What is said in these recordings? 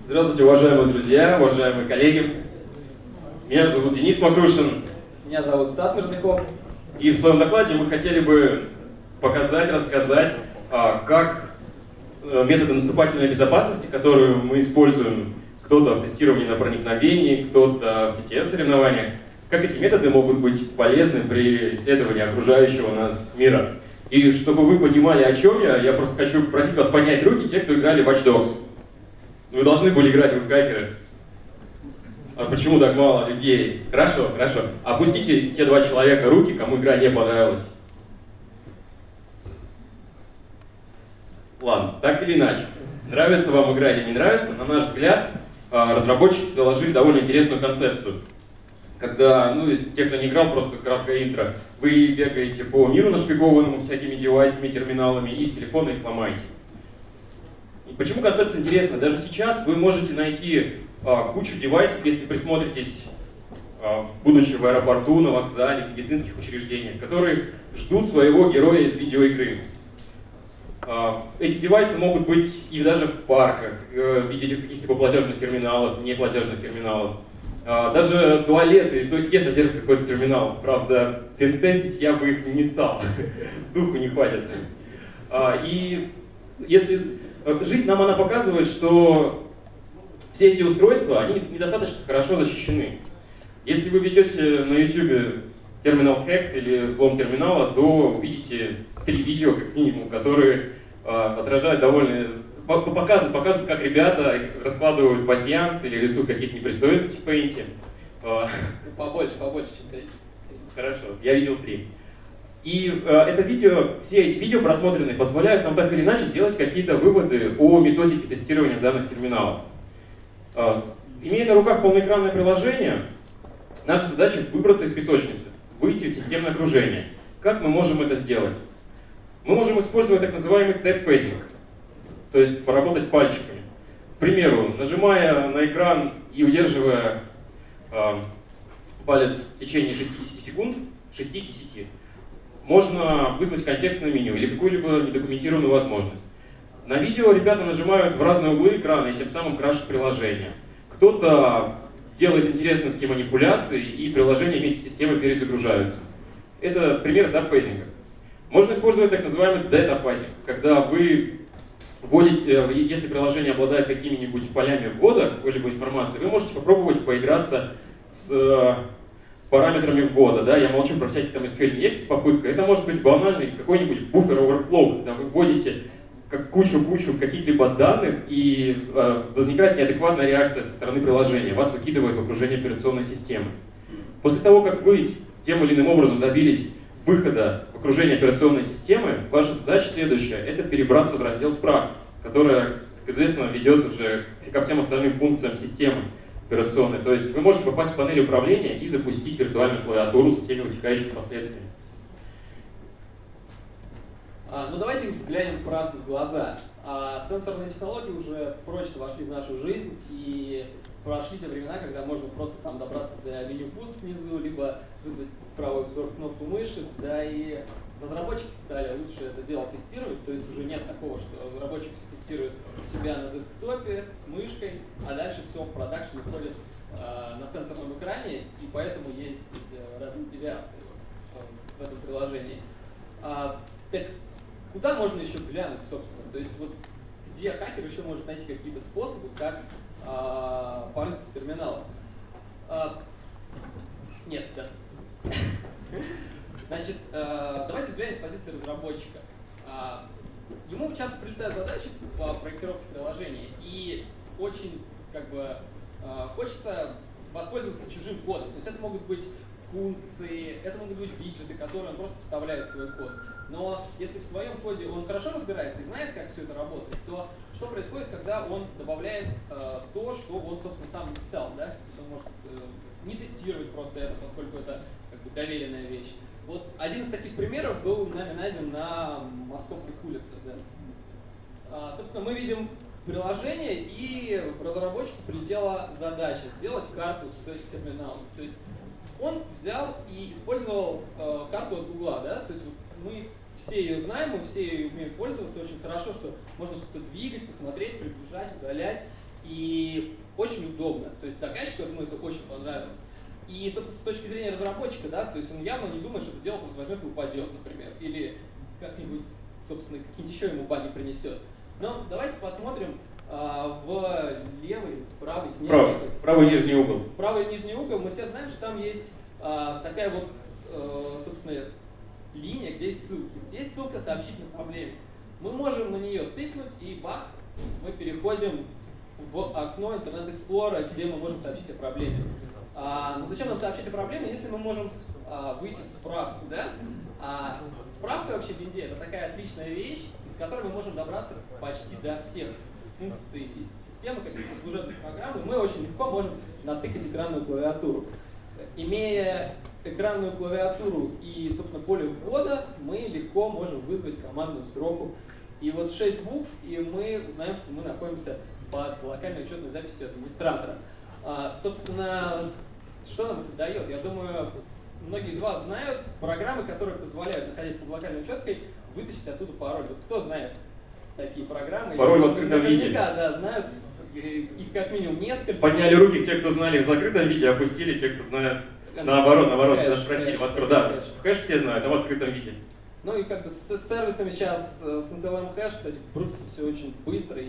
Здравствуйте, уважаемые друзья, уважаемые коллеги. Меня зовут Денис Макрушин. Меня зовут Стас Мерзняков. И в своем докладе мы хотели бы показать, рассказать, как методы наступательной безопасности, которую мы используем, кто-то в тестировании на проникновении, кто-то в CTF-соревнованиях, как эти методы могут быть полезны при исследовании окружающего нас мира. И чтобы вы понимали, о чем я просто хочу попросить вас поднять руки, те, кто играли в Watch Dogs. Вы должны были играть в хакеры. А почему так мало людей? Хорошо, хорошо. Опустите те 2 человека руки, кому игра не понравилась. Ладно, так или иначе. Нравится вам игра или не нравится, на наш взгляд, разработчики заложили довольно интересную концепцию. Когда, из тех, кто не играл, просто краткое интро, вы бегаете по миру нашпигованному всякими девайсами, терминалами, и с телефона их ломаете. И почему концепция интересна? Даже сейчас вы можете найти кучу девайсов, если присмотритесь, будучи в аэропорту, на вокзале, в медицинских учреждениях, которые ждут своего героя из видеоигры. Эти девайсы могут быть и даже в парках, в виде каких-либо платежных терминалов, неплатежных терминалов. Даже туалеты, те содержат какой-то терминал. Правда, пентестить я бы их не стал, духу не хватит. И если жизнь нам она показывает, что все эти устройства, они недостаточно хорошо защищены. Если вы ведете на YouTube терминал Hacked или взлом терминала, то увидите 3 видео, как минимум, которые отражают довольно... показывают, как ребята раскладывают пасьянс или рисуют какие-то непристойности в Paint. Побольше, чем 3. Хорошо, я видел 3. И все эти видео просмотренные позволяют нам так или иначе сделать какие-то выводы о методике тестирования данных терминалов. Имея на руках полноэкранное приложение, наша задача выбраться из песочницы, выйти в системное окружение. Как мы можем это сделать? Мы можем использовать так называемый тап-фейзинг, то есть поработать пальчиками. К примеру, нажимая на экран и удерживая палец в течение 60 секунд, 6-10, можно вызвать контекстное меню или какую-либо недокументированную возможность. На видео ребята нажимают в разные углы экрана и тем самым крашат приложение. Кто-то делает интересные такие манипуляции, и приложения вместе с системой перезагружаются. Это пример тап-фейзинга. Можно использовать так называемый дата-фейзинг, когда вы вводите, если приложение обладает какими-нибудь полями ввода какой-либо информации, вы можете попробовать поиграться с параметрами ввода. Да? Я молчу про всякие там SQL-инъекции, попытка. Это может быть банальный какой-нибудь буфер overflow, когда вы вводите кучу каких-либо данных, и возникает неадекватная реакция со стороны приложения. Вас выкидывает в окружение операционной системы. После того, как вы тем или иным образом добились выхода в окружение операционной системы, ваша задача следующая – это перебраться в раздел справки, которая, как известно, ведет уже ко всем остальным функциям системы операционной. То есть вы можете попасть в панель управления и запустить виртуальную клавиатуру со всеми вытекающими последствиями. Ну давайте взглянем правде в глаза. Сенсорные технологии уже прочно вошли в нашу жизнь, и прошли те времена, когда можно просто там добраться до меню пуск внизу, либо вызвать правую кнопку мыши, да, и разработчики стали лучше это дело тестировать, то есть уже нет такого, что разработчик все тестирует у себя на десктопе с мышкой, а дальше все в продакшене ходит на сенсорном экране, и поэтому есть разные девиации в этом приложении. Так куда можно еще глянуть, собственно? То есть вот где хакер еще может найти какие-то способы, как порыться в терминалах? Нет, да. Значит, давайте взглянем с позиции разработчика. Ему часто прилетают задачи по проектировке приложений, и очень хочется воспользоваться чужим кодом. То есть это могут быть функции, это могут быть виджеты, которые он просто вставляет в свой код. Но если в своем коде он хорошо разбирается и знает, как все это работает, то что происходит, когда он добавляет то, что он, собственно, сам написал, да? То есть он может не тестировать просто это, поскольку это доверенная вещь. Вот один из таких примеров был нами найден на московских улицах. Да? Собственно, мы видим приложение, и разработчику прилетела задача сделать карту с терминалом. То есть он взял и использовал карту от Гугла, да? То есть вот мы все ее знаем, мы все ее умеем пользоваться очень хорошо, что можно что-то двигать, посмотреть, приближать, удалять. И очень удобно. То есть заказчику, я думаю, это очень понравилось. И, собственно, с точки зрения разработчика, да, то есть он явно не думает, что это дело просто возьмет и упадет, например, или как-нибудь, собственно, какие-нибудь еще ему баги принесет. Но давайте посмотрим в левый, правый, снег. Правый нижний угол. Правый нижний угол, мы все знаем, что там есть такая вот, собственно, линия, где есть ссылки. Есть ссылка «Сообщить на проблеме». Мы можем на нее тыкнуть, и бах, мы переходим в окно Internet Explorer, где мы можем сообщить о проблеме. Но зачем нам сообщить о проблеме, если мы можем выйти в справку, да? Справка вообще в винде — это такая отличная вещь, из которой мы можем добраться почти до всех функций системы, каких-то служебных программ, и мы очень легко можем натыкать экранную клавиатуру. Имея экранную клавиатуру и, собственно, поле ввода, мы легко можем вызвать командную строку. И вот 6 букв, и мы узнаем, что мы находимся под локальной учетной записью администратора. Собственно, что нам это дает? Я думаю, многие из вас знают программы, которые позволяют, находясь под локальной учеткой, вытащить оттуда пароль. Вот кто знает такие программы? Пароль в открытом виде. Да, знают. Их как минимум несколько. Подняли руки те, кто знали в закрытом виде, опустили те, кто знает наоборот, даже спросили в открытом. Да, хэш все знают, а в открытом виде. Ну и как бы с сервисами сейчас, с NTLM хэш, кстати, крутится все очень быстро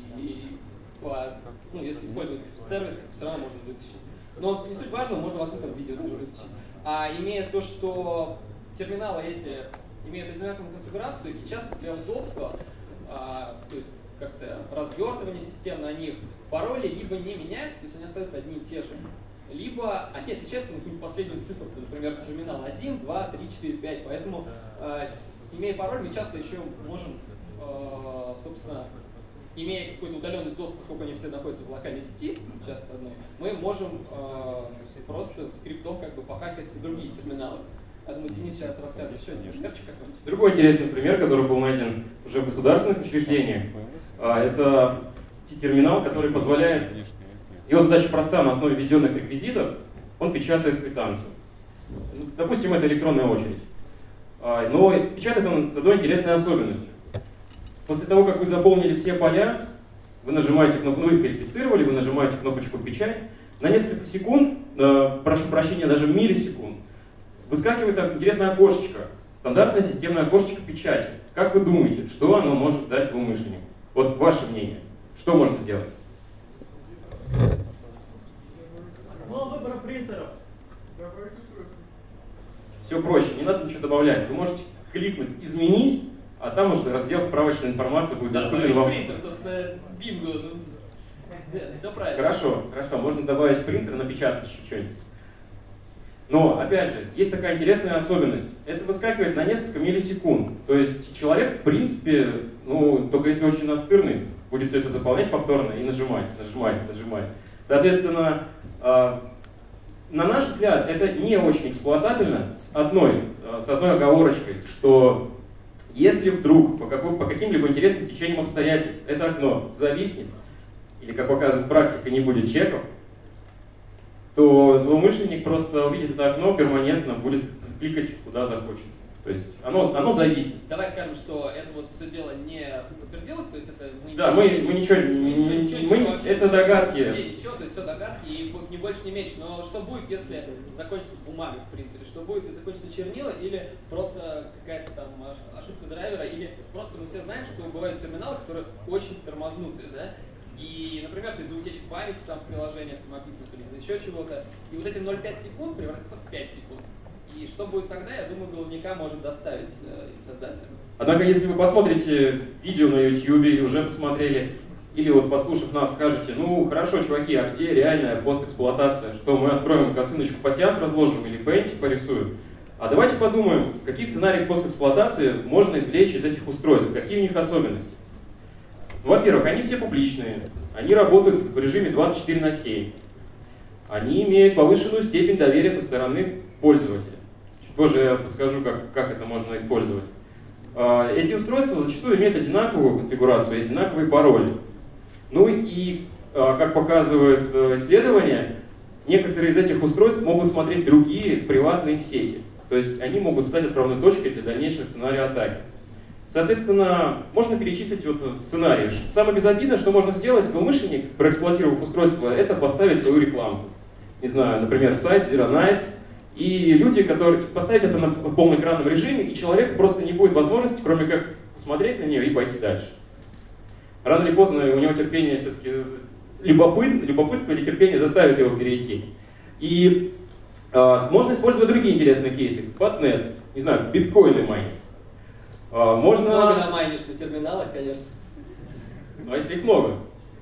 если использовать сервис, все равно можно вытащить. Но не суть важно, можно в открытом виде даже вытащить. Имея то, что терминалы эти имеют одинаковую конфигурацию, и часто для удобства, то есть как-то развертывание систем на них, пароли либо не меняются, то есть они остаются одни и те же, либо они отличаются на какую-нибудь последнюю цифру, например, терминал 1, 2, 3, 4, 5. Поэтому, имея пароль, мы часто еще можем, собственно, имея какой-то удаленный доступ, поскольку они все находятся в локальной сети, часто одной, мы можем просто скриптом как бы похакать все другие терминалы. Я думаю, Денис сейчас расскажет еще один примерчик какой-нибудь. Другой интересный пример, который был найден уже в государственных учреждениях, это терминал, который позволяет, его задача проста, на основе введенных реквизитов он печатает квитанцию. Допустим, это электронная очередь. Но печатает он с одной интересной особенностью. После того, как вы заполнили все поля, вы нажимаете кнопку, вы их верифицировали, вы нажимаете кнопочку «Печать», на несколько секунд, прошу прощения, даже миллисекунд, выскакивает интересное окошечко, стандартное системное окошечко печати. Как вы думаете, что оно может дать злоумышленнику? Вот ваше мнение. Что можно сделать? Мало выбора принтеров. Все проще, не надо ничего добавлять. Вы можете кликнуть «Изменить», а там уже раздел «Справочная информация» будет доступен вам. Принтер, собственно, бинго. Все правильно. Хорошо, можно добавить принтер, напечатать еще что-нибудь. Но, опять же, есть такая интересная особенность. Это выскакивает на несколько миллисекунд. То есть человек, в принципе, только если очень настырный, будет все это заполнять повторно и нажимать. Соответственно, на наш взгляд, это не очень эксплуатабельно с одной оговорочкой, что если вдруг по каким-либо интересным стечениям обстоятельств это окно зависнет, или, как показывает практика, не будет чеков, то злоумышленник просто увидит это окно, перманентно будет кликать куда захочет. То есть оно зависит. Давай скажем, что это вот все дело не подтвердилось, то есть это мы это догадки. Ничего, то есть все догадки, и не больше, не меньше. Но что будет, если закончится бумага в принтере? Что будет, если закончится чернила, или просто какая-то там ошибка драйвера, или просто мы все знаем, что бывают терминалы, которые очень тормознутые, да? И, например, из-за утечек памяти там в приложениях самописных или еще чего-то, и вот эти 0,5 секунд превратятся в 5 секунд. И что будет тогда, я думаю, наверняка может доставить создателям. Однако, если вы посмотрите видео на YouTube или уже посмотрели, или вот послушав нас, скажете, хорошо, чуваки, а где реальная постэксплуатация? Что мы откроем косыночку пассианс разложим или пейнтик порисуем? А давайте подумаем, какие сценарии постэксплуатации можно извлечь из этих устройств, какие у них особенности. Во-первых, они все публичные, они работают в режиме 24/7, они имеют повышенную степень доверия со стороны пользователя. Чуть позже я подскажу, как это можно использовать. Эти устройства зачастую имеют одинаковую конфигурацию, одинаковые пароли. Как показывает исследование, некоторые из этих устройств могут смотреть другие приватные сети. То есть они могут стать отправной точкой для дальнейшего сценария атаки. Соответственно, можно перечислить вот сценарий. Самое безобидное, что можно сделать, злоумышленник, проэксплуатировав устройство, это поставить свою рекламу. Не знаю, например, сайт Zero Nights. И люди, которые поставить это в полноэкранном режиме, и человеку просто не будет возможности, кроме как посмотреть на нее и пойти дальше. Рано или поздно у него терпение все-таки, любопытство или терпение заставит его перейти. И можно использовать другие интересные кейсы. Ботнет, не знаю, биткоины майнить. Можно... Много намайнишь на терминалах, конечно. Ну, а если их много?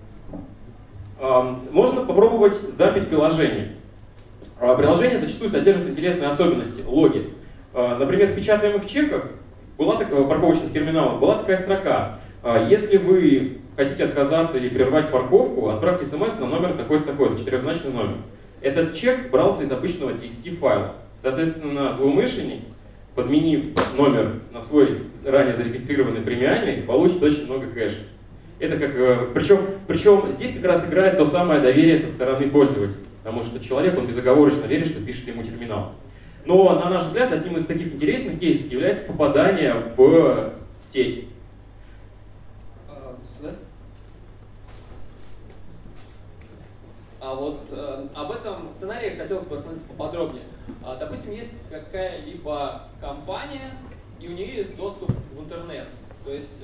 Можно попробовать сдампить приложение. Приложение зачастую содержит интересные особенности, логи. Например, в печатаемых чеках, парковочных терминалах, была такая строка. Если вы хотите отказаться или прервать парковку, отправьте смс на номер такой-то, такой-то, 4-значный номер. Этот чек брался из обычного TXT файла. Соответственно, злоумышленник, подменив номер на свой ранее зарегистрированный премиальный, получит очень много кэша. Это как, причем здесь как раз играет то самое доверие со стороны пользователя, потому что человек, он безоговорочно верит, что пишет ему терминал. Но, на наш взгляд, одним из таких интересных кейсов является попадание в сеть. А вот об этом сценарии хотелось бы остановиться поподробнее. Допустим, есть какая-либо компания, и у нее есть доступ в интернет. То есть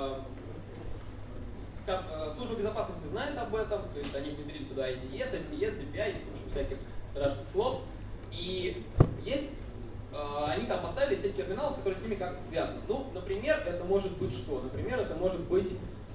служба безопасности знает об этом, то есть они внедрили туда IDS, LPS, DPI, в общем, всяких страшных слов. И есть, они там поставили сеть терминалов, которые с ними как-то связаны. Ну, например, это может быть что? Например, это может быть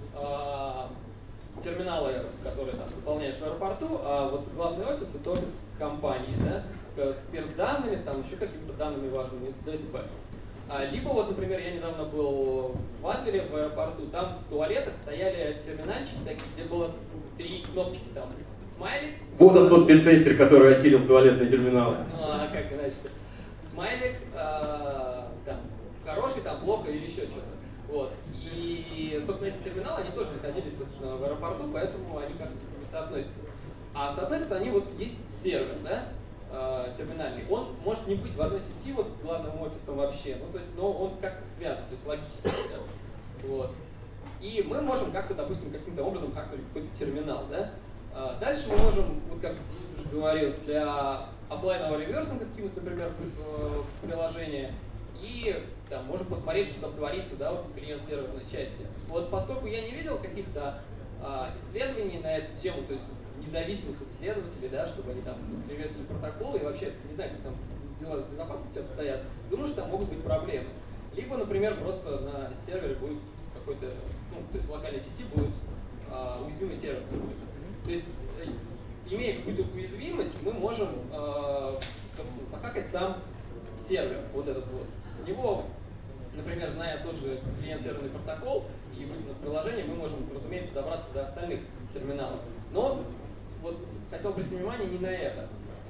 терминалы, которые там заполняешь в аэропорту, а вот главный офис — это офис компании, да, с перс-данными, там еще какими-то данными важными, и т.д. Либо вот, например, я недавно был в Адлере, в аэропорту, там в туалетах стояли терминальчики, такие, где было 3 кнопочки, там, смайлик. Вот он тот пентестер, который осилил туалетные терминалы. Как иначе? Смайлик, там, хороший, там, плохо или еще что-то. Вот. И, собственно, эти терминалы, они тоже находились, собственно, в аэропорту, поэтому они как-то не соотносятся. А соотносятся они, вот есть сервер, да, терминальный, он может не быть в одной сети вот с главным офисом вообще, ну, то есть, но он как-то связан, то есть логически хотя бы. Вот. И мы можем как-то, допустим, каким-то образом хакнуть какой-то терминал, да. Дальше мы можем, вот как Денис уже говорил, для офлайнового реверсинга скинуть, например, приложение, и там можем посмотреть, что там творится, да, вот в клиент-серверной части. Вот поскольку я не видел каких-то исследований на эту тему, то есть независимых исследователей, да, чтобы они там реверсили протоколы и вообще не знаю, как там дела с безопасностью обстоят, думаю, что там могут быть проблемы. Либо, например, просто на сервере будет какой-то, ну, то есть в локальной сети будет уязвимый сервер какой-то. То есть, имея какую-то уязвимость, мы можем, собственно, захакать сам сервер, вот этот вот. С него, например, зная тот же клиент-серверный протокол и вытянув приложение, мы можем, разумеется, добраться до остальных терминалов. Но вот хотел обратить внимание не на это.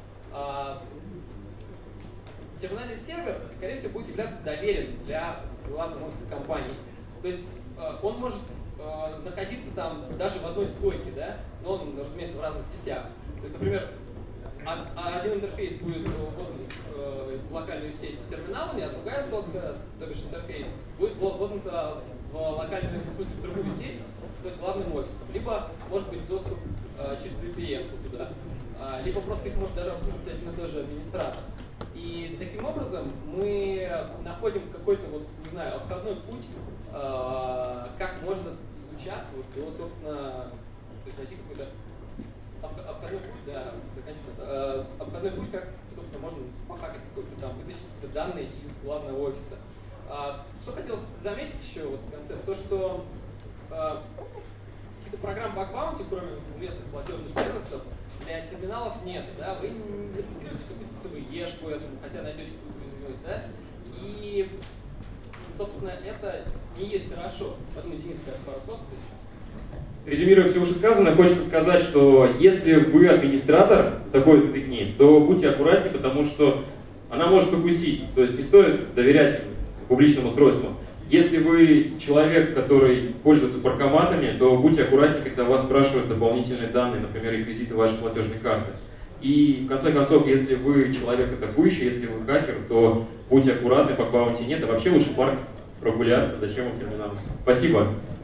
Терминальный сервер, скорее всего, будет являться доверенным для главного офиса компании. То есть он может находиться там даже в одной стойке, да, но он, разумеется, в разных сетях. То есть, например, один интерфейс будет в локальную сеть с терминалами, а другая соска, то бишь интерфейс, будет воткнута в локальную, в смысле, в другую сеть с главным офисом. Либо может быть доступ через VPN туда, либо просто их может даже обслуживать один и тот же администратор. И таким образом мы находим какой-то, вот, не знаю, обходной путь, как можно достучаться вот до, собственно, то есть найти какой-то обходной путь, да, заканчивать, обходной путь, как, собственно, можно похакать какой-то там, вытащить какие-то данные из главного офиса. Что хотелось заметить еще вот в конце, то, что каких-то программ баг-баунти, кроме вот известных платежных сервисов, для терминалов нет, да, вы не зарегистрируете какую-то CVE-шку этому, хотя найдете какую-то уязвимость, да, и, собственно, это не есть хорошо. Поэтому Денис скажет пару слов. Резюмируя все вышесказанное, хочется сказать, что если вы администратор такой фигни, то будьте аккуратнее, потому что она может покусить, то есть не стоит доверять публичным устройствам. Если вы человек, который пользуется паркоматами, то будьте аккуратнее, когда вас спрашивают дополнительные данные, например, реквизиты вашей платежной карты. И в конце концов, если вы человек атакующий, если вы хакер, то будьте аккуратны, баг-баунти нет, а вообще лучше прогуляться, зачем вам терминал. Спасибо.